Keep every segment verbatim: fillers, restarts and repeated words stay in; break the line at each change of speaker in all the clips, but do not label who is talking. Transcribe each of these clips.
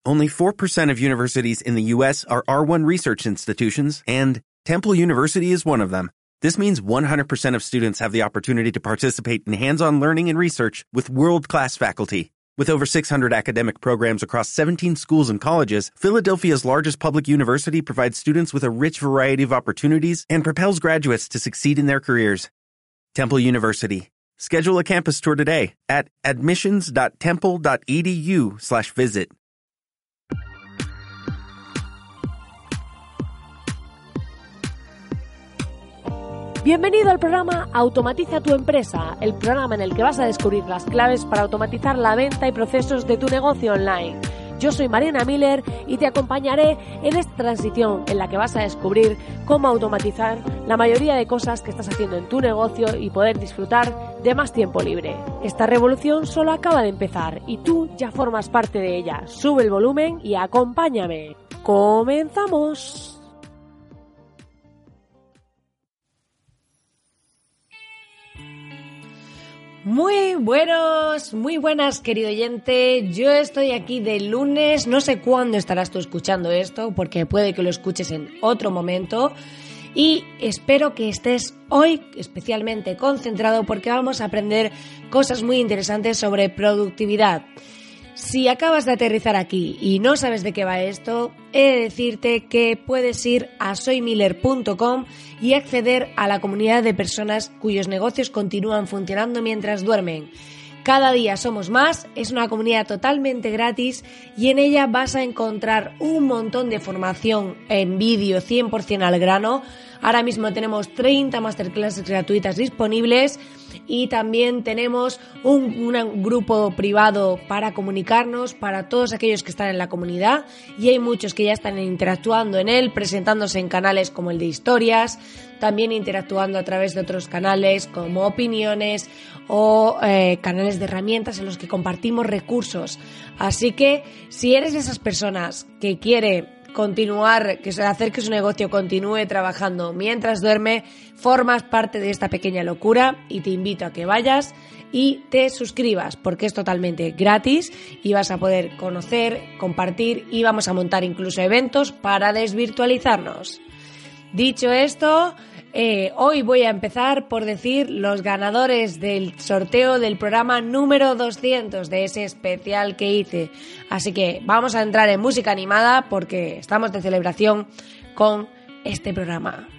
Only four percent of universities in the U S are R one research institutions, and Temple University is one of them. This means one hundred percent of students have the opportunity to participate in hands-on learning and research with world-class faculty. With over six hundred academic programs across seventeen schools and colleges, Philadelphia's largest public university provides students with a rich variety of opportunities and propels graduates to succeed in their careers. Temple University. Schedule a campus tour today at admissions.temple.edu slash visit.
Bienvenido al programa Automatiza tu empresa, el programa en el que vas a descubrir las claves para automatizar la venta y procesos de tu negocio online. Yo soy Mariana Miller y te acompañaré en esta transición en la que vas a descubrir cómo automatizar la mayoría de cosas que estás haciendo en tu negocio y poder disfrutar de más tiempo libre. Esta revolución solo acaba de empezar y tú ya formas parte de ella. Sube el volumen y acompáñame. ¡Comenzamos! Muy buenos, muy buenas, querido oyente. Yo estoy aquí de lunes, no sé cuándo estarás tú escuchando esto, porque puede que lo escuches en otro momento. Y espero que estés hoy especialmente concentrado porque vamos a aprender cosas muy interesantes sobre productividad. Si acabas de aterrizar aquí y no sabes de qué va esto, he de decirte que puedes ir a soy miller punto com y acceder a la comunidad de personas cuyos negocios continúan funcionando mientras duermen. Cada día somos más, es una comunidad totalmente gratis y en ella vas a encontrar un montón de formación en vídeo cien por ciento al grano. Ahora mismo tenemos treinta masterclasses gratuitas disponibles y también tenemos un, un grupo privado para comunicarnos para todos aquellos que están en la comunidad y hay muchos que ya están interactuando en él, presentándose en canales como el de historias, también interactuando a través de otros canales como opiniones o eh, canales de herramientas en los que compartimos recursos. Así que si eres de esas personas que quiere continuar, que hacer que su negocio continúe trabajando mientras duerme, formas parte de esta pequeña locura y te invito a que vayas y te suscribas porque es totalmente gratis y vas a poder conocer, compartir y vamos a montar incluso eventos para desvirtualizarnos. Dicho esto, eh, hoy voy a empezar por decir los ganadores del sorteo del programa número doscientos de ese especial que hice. Así que vamos a entrar en música animada porque estamos de celebración con este programa.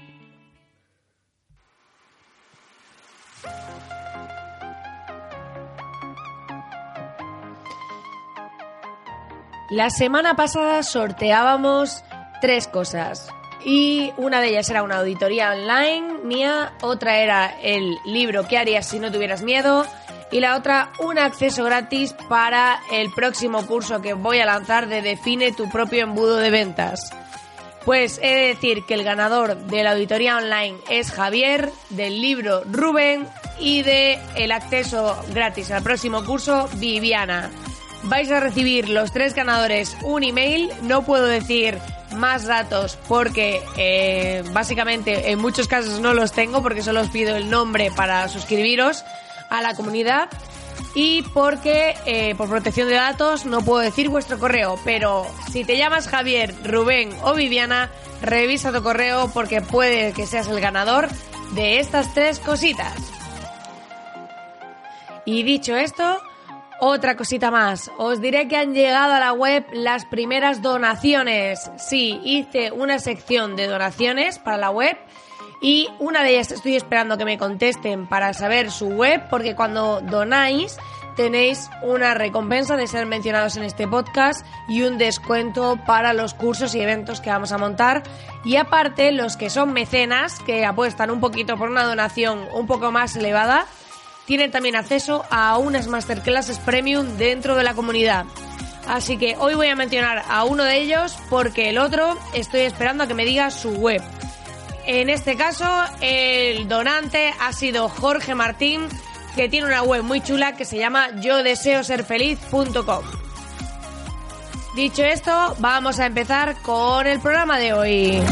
La semana pasada sorteábamos tres cosas. Y una de ellas era una auditoría online mía, otra era el libro ¿Qué harías si no tuvieras miedo? Y la otra, un acceso gratis para el próximo curso que voy a lanzar de Define tu propio embudo de ventas. Pues he de decir que el ganador de la auditoría online es Javier, del libro Rubén y de el acceso gratis al próximo curso Viviana. Vais a recibir los tres ganadores un email, no puedo decir más datos porque eh, básicamente en muchos casos no los tengo porque solo os pido el nombre para suscribiros a la comunidad y porque eh, por protección de datos no puedo decir vuestro correo, pero si te llamas Javier, Rubén o Viviana, revisa tu correo porque puede que seas el ganador de estas tres cositas. Y dicho esto, otra cosita más, os diré que han llegado a la web las primeras donaciones. Sí, hice una sección de donaciones para la web y una de ellas estoy esperando que me contesten para saber su web, porque cuando donáis tenéis una recompensa de ser mencionados en este podcast y un descuento para los cursos y eventos que vamos a montar. Y aparte, los que son mecenas, que apuestan un poquito por una donación un poco más elevada, tienen también acceso a unas masterclasses premium dentro de la comunidad. Así que hoy voy a mencionar a uno de ellos porque el otro estoy esperando a que me diga su web. En este caso, el donante ha sido Jorge Martín, que tiene una web muy chula que se llama yo deseo ser feliz punto com. Dicho esto, vamos a empezar con el programa de hoy.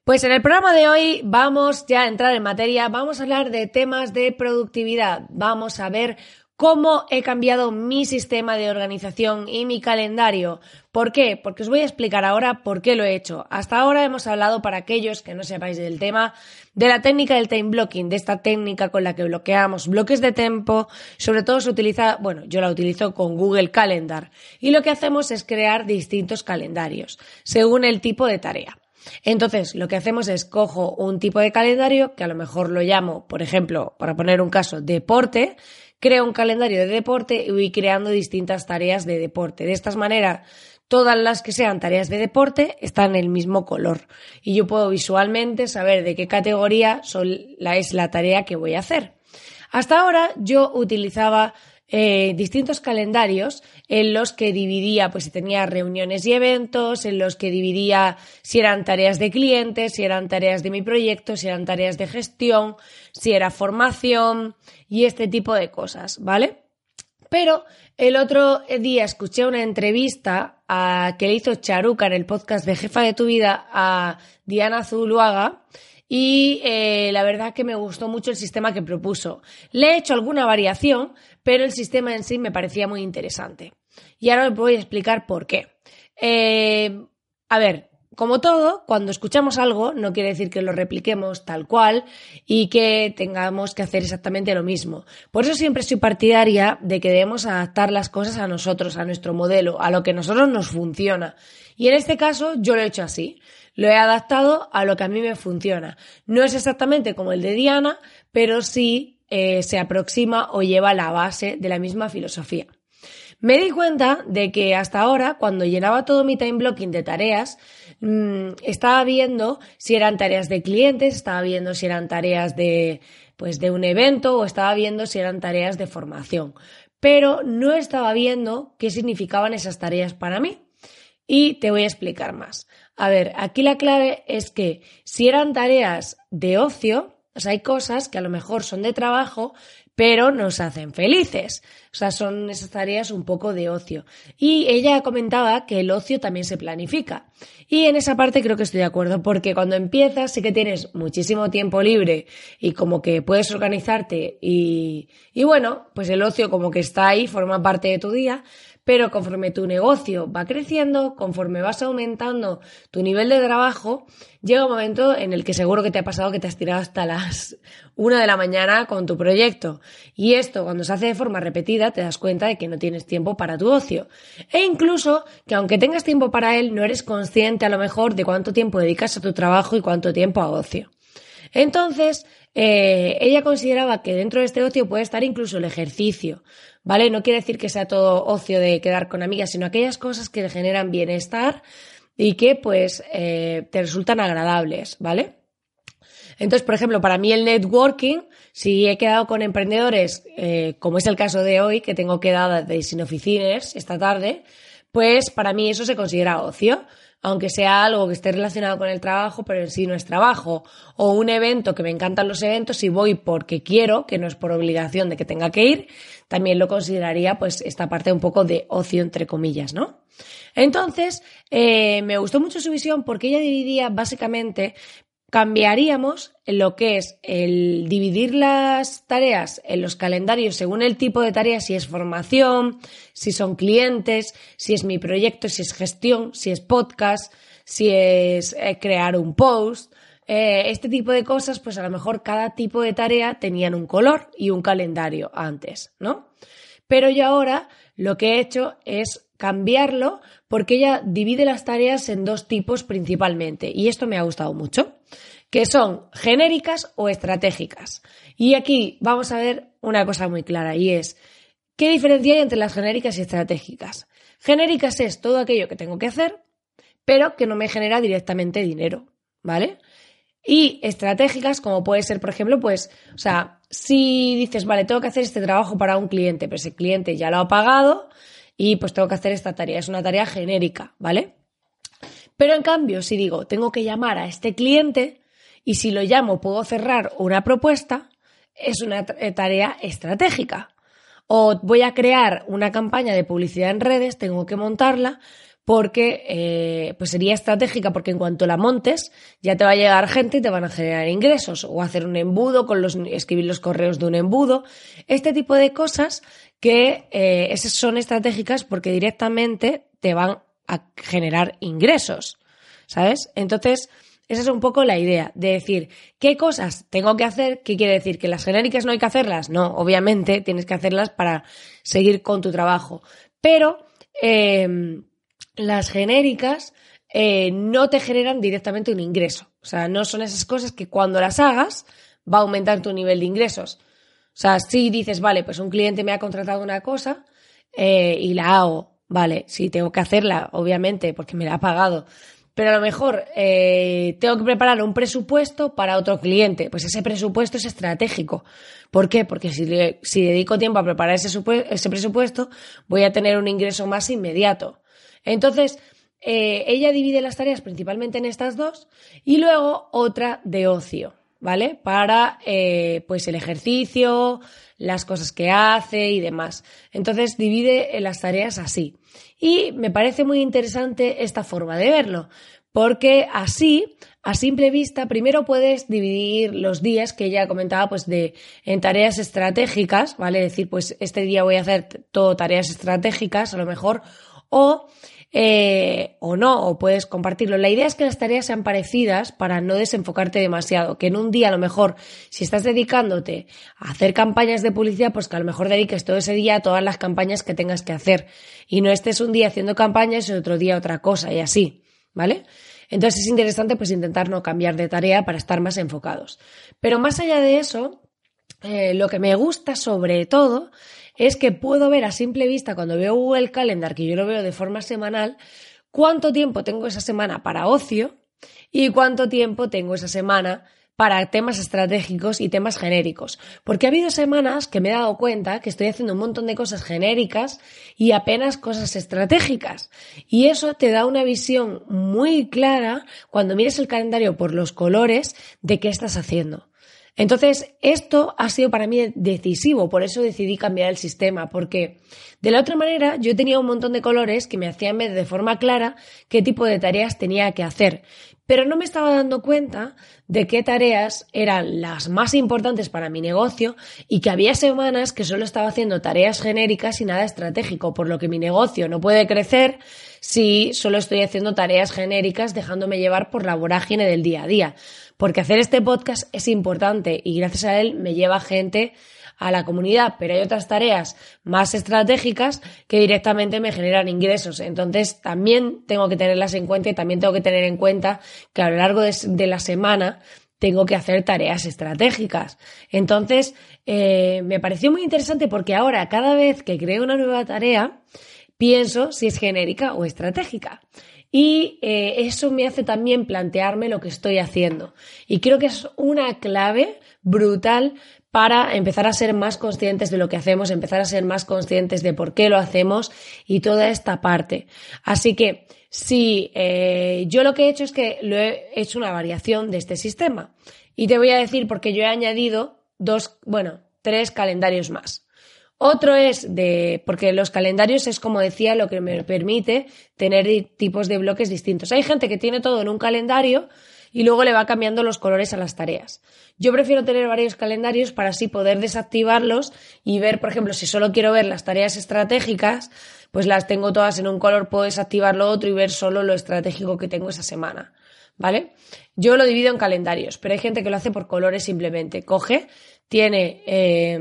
Pues en el programa de hoy vamos ya a entrar en materia, vamos a hablar de temas de productividad, vamos a ver cómo he cambiado mi sistema de organización y mi calendario. ¿Por qué? Porque os voy a explicar ahora por qué lo he hecho. Hasta ahora hemos hablado, para aquellos que no sepáis del tema, de la técnica del time blocking, de esta técnica con la que bloqueamos bloques de tiempo. Sobre todo se utiliza, bueno, yo la utilizo con Google Calendar. Y lo que hacemos es crear distintos calendarios, según el tipo de tarea. Entonces, lo que hacemos es cojo un tipo de calendario, que a lo mejor lo llamo, por ejemplo, para poner un caso, deporte. Creo un calendario de deporte y voy creando distintas tareas de deporte. De esta manera, todas las que sean tareas de deporte están en el mismo color y yo puedo visualmente saber de qué categoría son la, es la tarea que voy a hacer. Hasta ahora yo utilizaba eh, distintos calendarios en los que dividía, pues si tenía reuniones y eventos, en los que dividía si eran tareas de clientes, si eran tareas de mi proyecto, si eran tareas de gestión, si era formación y este tipo de cosas, ¿vale? Pero el otro día escuché una entrevista a, que le hizo Charuca en el podcast de Jefa de tu Vida a Diana Zuluaga y eh, la verdad que me gustó mucho el sistema que propuso. Le he hecho alguna variación, pero el sistema en sí me parecía muy interesante. Y ahora os voy a explicar por qué. Eh, a ver, como todo, cuando escuchamos algo no quiere decir que lo repliquemos tal cual y que tengamos que hacer exactamente lo mismo. Por eso siempre soy partidaria de que debemos adaptar las cosas a nosotros, a nuestro modelo, a lo que a nosotros nos funciona. Y en este caso yo lo he hecho así. Lo he adaptado a lo que a mí me funciona. No es exactamente como el de Diana, pero sí eh, se aproxima o lleva la base de la misma filosofía. Me di cuenta de que hasta ahora, cuando llenaba todo mi time blocking de tareas, mmm, estaba viendo si eran tareas de clientes, estaba viendo si eran tareas de, pues, de un evento o estaba viendo si eran tareas de formación. Pero no estaba viendo qué significaban esas tareas para mí. Y te voy a explicar más. A ver, aquí la clave es que si eran tareas de ocio, o sea, hay cosas que a lo mejor son de trabajo, pero nos hacen felices. O sea, son esas tareas un poco de ocio. Y ella comentaba que el ocio también se planifica. Y en esa parte creo que estoy de acuerdo, porque cuando empiezas sí que tienes muchísimo tiempo libre y como que puedes organizarte y, y bueno, pues el ocio como que está ahí, forma parte de tu día. Pero conforme tu negocio va creciendo, conforme vas aumentando tu nivel de trabajo, llega un momento en el que seguro que te ha pasado que te has tirado hasta las una de la mañana con tu proyecto. Y esto, cuando se hace de forma repetida, te das cuenta de que no tienes tiempo para tu ocio. E incluso que aunque tengas tiempo para él, no eres consciente a lo mejor de cuánto tiempo dedicas a tu trabajo y cuánto tiempo a ocio. Entonces, eh, ella consideraba que dentro de este ocio puede estar incluso el ejercicio, ¿vale? No quiere decir que sea todo ocio de quedar con amigas, sino aquellas cosas que le generan bienestar y que, pues, eh, te resultan agradables, ¿vale? Entonces, por ejemplo, para mí el networking, si he quedado con emprendedores, eh, como es el caso de hoy, que tengo quedada de Sin Oficines esta tarde, pues para mí eso se considera ocio. Aunque sea algo que esté relacionado con el trabajo, pero en sí no es trabajo, o un evento, que me encantan los eventos y voy porque quiero, que no es por obligación de que tenga que ir, también lo consideraría pues esta parte un poco de ocio entre comillas, ¿no? Entonces, eh, me gustó mucho su visión porque ella dividía básicamente, cambiaríamos lo que es el dividir las tareas en los calendarios según el tipo de tarea, si es formación, si son clientes, si es mi proyecto, si es gestión, si es podcast, si es eh, crear un post, eh, este tipo de cosas, pues a lo mejor cada tipo de tarea tenían un color y un calendario antes, ¿no? Pero yo ahora lo que he hecho es cambiarlo porque ella divide las tareas en dos tipos principalmente y esto me ha gustado mucho, que son genéricas o estratégicas. Y aquí vamos a ver una cosa muy clara y es, ¿qué diferencia hay entre las genéricas y estratégicas? Genéricas es todo aquello que tengo que hacer, pero que no me genera directamente dinero, ¿vale? Y estratégicas, como puede ser, por ejemplo, pues, o sea, si dices, vale, tengo que hacer este trabajo para un cliente, pero ese cliente ya lo ha pagado y pues tengo que hacer esta tarea, es una tarea genérica, ¿vale? Pero en cambio, si digo, tengo que llamar a este cliente y si lo llamo puedo cerrar una propuesta, es una tarea estratégica. O voy a crear una campaña de publicidad en redes, tengo que montarla, porque eh, pues sería estratégica porque en cuanto la montes ya te va a llegar gente y te van a generar ingresos, o hacer un embudo, con los escribir los correos de un embudo, este tipo de cosas que eh, esas son estratégicas porque directamente te van a generar ingresos, ¿sabes? Entonces, esa es un poco la idea de decir, ¿qué cosas tengo que hacer? ¿Qué quiere decir? ¿Que las genéricas no hay que hacerlas? No, obviamente tienes que hacerlas para seguir con tu trabajo, pero eh, las genéricas eh, no te generan directamente un ingreso, o sea, no son esas cosas que cuando las hagas va a aumentar tu nivel de ingresos. O sea, si dices, vale, pues un cliente me ha contratado una cosa eh, y la hago, vale, sí, tengo que hacerla, obviamente, porque me la ha pagado, pero a lo mejor eh, tengo que preparar un presupuesto para otro cliente, pues ese presupuesto es estratégico. ¿Por qué? Porque si, le, si dedico tiempo a preparar ese, supue- ese presupuesto, voy a tener un ingreso más inmediato. Entonces, eh, ella divide las tareas principalmente en estas dos y luego otra de ocio, ¿vale? Para eh, pues el ejercicio, las cosas que hace y demás. Entonces divide las tareas así. Y me parece muy interesante esta forma de verlo, porque así, a simple vista, primero puedes dividir los días que ella comentaba, pues de en tareas estratégicas, ¿vale? Es decir, pues este día voy a hacer todo tareas estratégicas, a lo mejor, o Eh, o no, o puedes compartirlo. La idea es que las tareas sean parecidas para no desenfocarte demasiado, que en un día a lo mejor si estás dedicándote a hacer campañas de publicidad, pues que a lo mejor dediques todo ese día a todas las campañas que tengas que hacer y no estés un día haciendo campañas y otro día otra cosa y así, ¿vale? Entonces es interesante pues intentar no cambiar de tarea para estar más enfocados. Pero más allá de eso, eh, lo que me gusta sobre todo es que puedo ver a simple vista cuando veo Google Calendar, que yo lo veo de forma semanal, cuánto tiempo tengo esa semana para ocio y cuánto tiempo tengo esa semana para temas estratégicos y temas genéricos. Porque ha habido semanas que me he dado cuenta que estoy haciendo un montón de cosas genéricas y apenas cosas estratégicas. Y eso te da una visión muy clara cuando mires el calendario por los colores de qué estás haciendo. Entonces, esto ha sido para mí decisivo, por eso decidí cambiar el sistema, porque de la otra manera yo tenía un montón de colores que me hacían ver de forma clara qué tipo de tareas tenía que hacer, pero no me estaba dando cuenta de qué tareas eran las más importantes para mi negocio y que había semanas que solo estaba haciendo tareas genéricas y nada estratégico, por lo que mi negocio no puede crecer si solo estoy haciendo tareas genéricas dejándome llevar por la vorágine del día a día. Porque hacer este podcast es importante y gracias a él me lleva gente a la comunidad, pero hay otras tareas más estratégicas que directamente me generan ingresos. Entonces también tengo que tenerlas en cuenta y también tengo que tener en cuenta que a lo largo de, de la semana tengo que hacer tareas estratégicas. Entonces eh, me pareció muy interesante porque ahora cada vez que creo una nueva tarea pienso si es genérica o estratégica. Y eh, eso me hace también plantearme lo que estoy haciendo. Y creo que es una clave brutal para empezar a ser más conscientes de lo que hacemos, empezar a ser más conscientes de por qué lo hacemos y toda esta parte. Así que sí, eh, yo lo que he hecho es que lo he hecho una variación de este sistema. Y te voy a decir porque yo he añadido dos, bueno, tres calendarios más. Otro es de, porque los calendarios es, como decía, lo que me permite tener tipos de bloques distintos. Hay gente que tiene todo en un calendario y luego le va cambiando los colores a las tareas. Yo prefiero tener varios calendarios para así poder desactivarlos y ver, por ejemplo, si solo quiero ver las tareas estratégicas, pues las tengo todas en un color, puedo desactivar lo otro y ver solo lo estratégico que tengo esa semana, ¿vale? Yo lo divido en calendarios, pero hay gente que lo hace por colores simplemente. Coge, tiene Eh,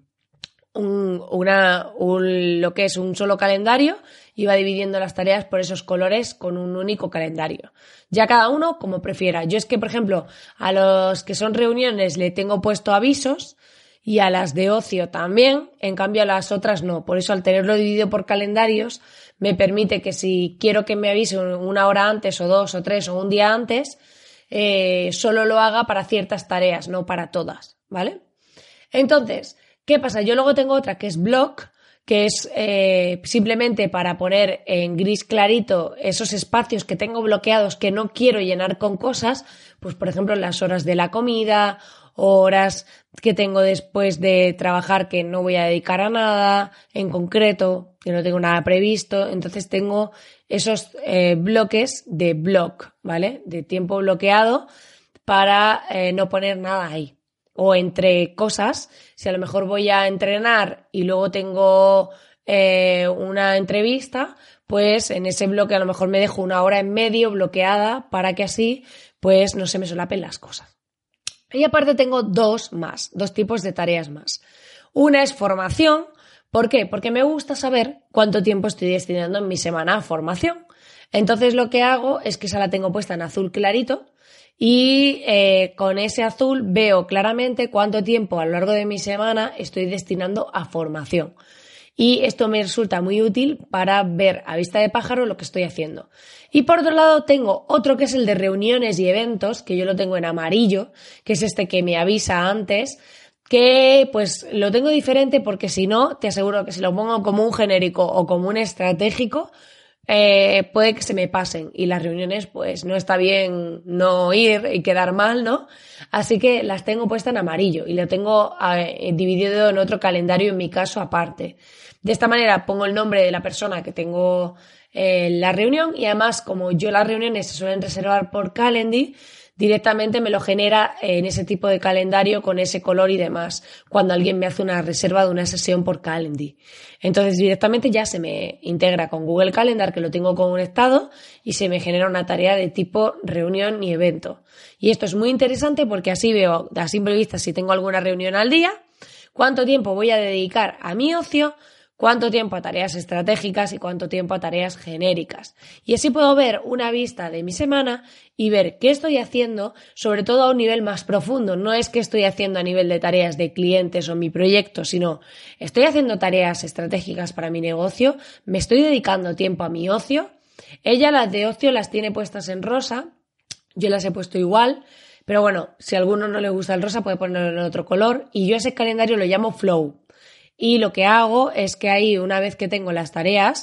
Un, una, un, lo que es un solo calendario y va dividiendo las tareas por esos colores con un único calendario. Ya cada uno como prefiera. Yo es que, por ejemplo, a los que son reuniones le tengo puesto avisos y a las de ocio también, en cambio a las otras no. Por eso al tenerlo dividido por calendarios me permite que si quiero que me avise una hora antes o dos o tres o un día antes, eh, solo lo haga para ciertas tareas, no para todas, ¿vale? Entonces, ¿qué pasa? Yo luego tengo otra que es Block, que es eh, simplemente para poner en gris clarito esos espacios que tengo bloqueados que no quiero llenar con cosas, pues por ejemplo las horas de la comida, horas que tengo después de trabajar que no voy a dedicar a nada en concreto, que no tengo nada previsto, entonces tengo esos eh, bloques de block, ¿vale? De tiempo bloqueado para eh, no poner nada ahí. O entre cosas, si a lo mejor voy a entrenar y luego tengo eh, una entrevista, pues en ese bloque a lo mejor me dejo una hora en medio bloqueada para que así pues no se me solapen las cosas. Y aparte tengo dos más, dos tipos de tareas más. Una es formación. ¿Por qué? Porque me gusta saber cuánto tiempo estoy destinando en mi semana a formación. Entonces lo que hago es que esa la tengo puesta en azul clarito y eh, con ese azul veo claramente cuánto tiempo a lo largo de mi semana estoy destinando a formación. Y esto me resulta muy útil para ver a vista de pájaro lo que estoy haciendo. Y por otro lado tengo otro que es el de reuniones y eventos, que yo lo tengo en amarillo, que es este que me avisa antes, que pues lo tengo diferente porque si no, te aseguro que si lo pongo como un genérico o como un estratégico, eh, puede que se me pasen y las reuniones pues no está bien no ir y quedar mal, ¿no? Así que las tengo puestas en amarillo y lo tengo eh, dividido en otro calendario en mi caso aparte. De esta manera pongo el nombre de la persona que tengo en eh, la reunión y además como yo las reuniones se suelen reservar por Calendly, directamente me lo genera en ese tipo de calendario con ese color y demás, cuando alguien me hace una reserva de una sesión por Calendly. Entonces directamente ya se me integra con Google Calendar, que lo tengo conectado, y se me genera una tarea de tipo reunión y evento. Y esto es muy interesante porque así veo a simple vista si tengo alguna reunión al día, cuánto tiempo voy a dedicar a mi ocio, cuánto tiempo a tareas estratégicas y cuánto tiempo a tareas genéricas. Y así puedo ver una vista de mi semana y ver qué estoy haciendo, sobre todo a un nivel más profundo. No es que estoy haciendo a nivel de tareas de clientes o mi proyecto, sino estoy haciendo tareas estratégicas para mi negocio, me estoy dedicando tiempo a mi ocio. Ella las de ocio las tiene puestas en rosa, yo las he puesto igual, pero bueno, si a alguno no le gusta el rosa puede ponerlo en otro color y yo ese calendario lo llamo Flow. Y lo que hago es que ahí, una vez que tengo las tareas,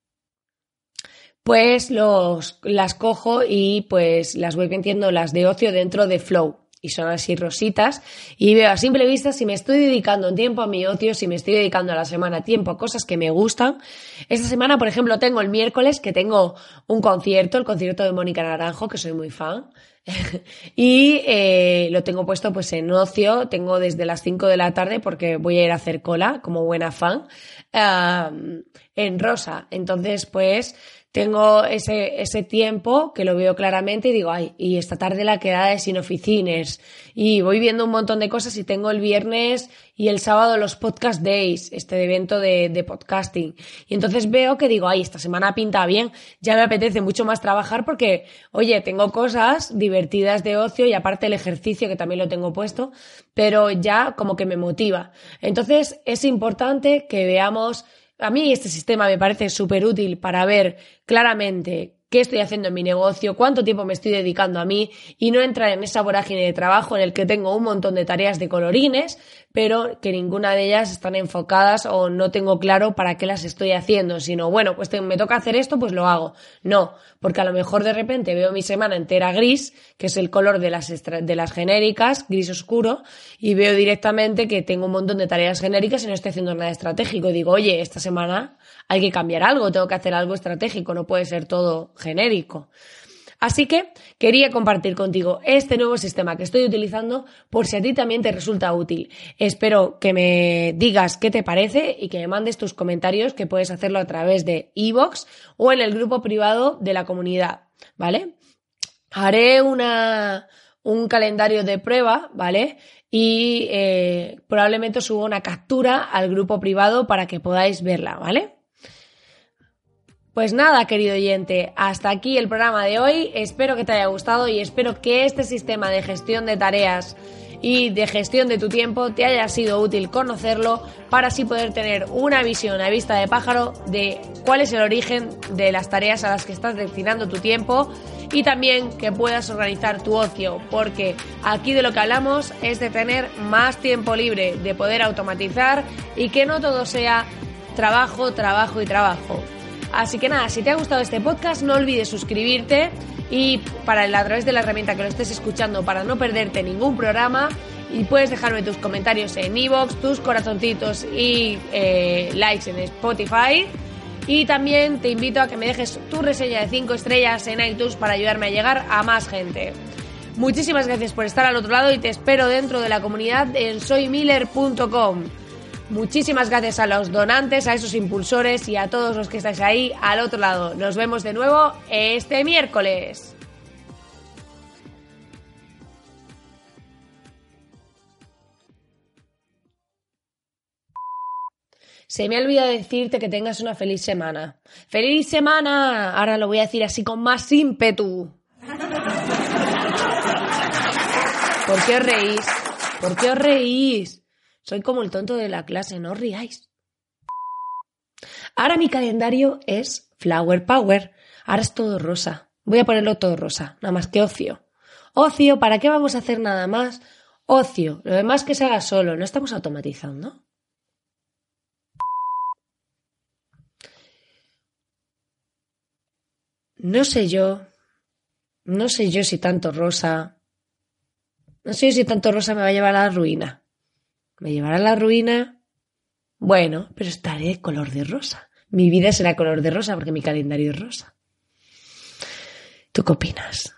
pues los, las cojo y pues las voy metiendo las de ocio dentro de Flow. Y son así rositas y veo a simple vista si me estoy dedicando tiempo a mi ocio, si me estoy dedicando a la semana tiempo a cosas que me gustan. Esta semana, por ejemplo, tengo el miércoles que tengo un concierto, el concierto de Mónica Naranjo, que soy muy fan. y eh, lo tengo puesto pues en ocio, tengo desde las cinco de la tarde porque voy a ir a hacer cola como buena fan uh, en rosa, entonces pues tengo ese, ese tiempo que lo veo claramente y digo, ay, y esta tarde la quedada de sin oficines y voy viendo un montón de cosas y tengo el viernes y el sábado los podcast days, este evento de, de podcasting. Y entonces veo que digo, ay, esta semana pinta bien, ya me apetece mucho más trabajar porque, oye, tengo cosas divertidas de ocio y aparte el ejercicio que también lo tengo puesto, pero ya como que me motiva. Entonces es importante que veamos. A mí este sistema me parece súper útil para ver claramente qué estoy haciendo en mi negocio, cuánto tiempo me estoy dedicando a mí y no entrar en esa vorágine de trabajo en el que tengo un montón de tareas de colorines, pero que ninguna de ellas están enfocadas o no tengo claro para qué las estoy haciendo, sino bueno, pues te, me toca hacer esto, pues lo hago. No, porque a lo mejor de repente veo mi semana entera gris, que es el color de las, extra, de las genéricas, gris oscuro, y veo directamente que tengo un montón de tareas genéricas y no estoy haciendo nada estratégico. Y digo, oye, esta semana hay que cambiar algo, tengo que hacer algo estratégico, no puede ser todo genérico. Así que quería compartir contigo este nuevo sistema que estoy utilizando por si a ti también te resulta útil. Espero que me digas qué te parece y que me mandes tus comentarios, que puedes hacerlo a través de iVoox o en el grupo privado de la comunidad, ¿vale? Haré una, un calendario de prueba, ¿vale? Y eh, probablemente suba una captura al grupo privado para que podáis verla, ¿vale? Pues nada, querido oyente, hasta aquí el programa de hoy. Espero que te haya gustado y espero que este sistema de gestión de tareas y de gestión de tu tiempo te haya sido útil conocerlo para así poder tener una visión a vista de pájaro de cuál es el origen de las tareas a las que estás destinando tu tiempo y también que puedas organizar tu ocio, porque aquí de lo que hablamos es de tener más tiempo libre, de poder automatizar y que no todo sea trabajo, trabajo y trabajo. Así que nada, si te ha gustado este podcast no olvides suscribirte y para a través de la herramienta que lo estés escuchando para no perderte ningún programa, y puedes dejarme tus comentarios en iVoox, tus corazoncitos y eh, likes en Spotify Y también te invito a que me dejes tu reseña de cinco estrellas en iTunes para ayudarme a llegar a más gente. Muchísimas gracias por estar al otro lado y te espero dentro de la comunidad en soy miller punto com. Muchísimas gracias a los donantes, a esos impulsores y a todos los que estáis ahí al otro lado. Nos vemos de nuevo este miércoles. Se me ha olvidado decirte que tengas una feliz semana. ¡Feliz semana! Ahora lo voy a decir así con más ímpetu. ¿Por qué os reís? ¿Por qué os reís? Soy como el tonto de la clase, no os riáis. Ahora mi calendario es Flower Power. Ahora es todo rosa. Voy a ponerlo todo rosa, nada más que ocio. Ocio, ¿para qué vamos a hacer nada más? Ocio, lo demás que se haga solo, no estamos automatizando. No sé yo, no sé yo si tanto rosa, no sé yo si tanto rosa me va a llevar a la ruina. ¿Me llevará a la ruina? Bueno, pero estaré color de rosa. Mi vida será color de rosa porque mi calendario es rosa. ¿Tú qué opinas?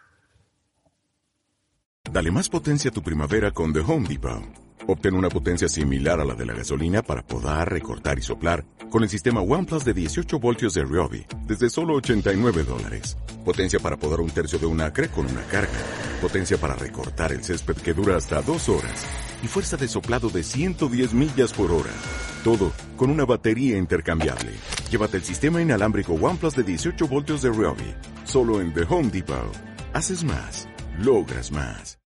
Dale más potencia a tu primavera con The Home Depot. Obtén una potencia similar a la de la gasolina para podar, recortar y soplar con el sistema OnePlus de dieciocho voltios de Ryobi desde solo ochenta y nueve dólares. Potencia para podar un tercio de un acre con una carga. Potencia para recortar el césped que dura hasta dos horas. Y fuerza de soplado de ciento diez millas por hora. Todo con una batería intercambiable. Llévate el sistema inalámbrico OnePlus de dieciocho voltios de Ryobi. Solo en The Home Depot. Haces más. Logras más.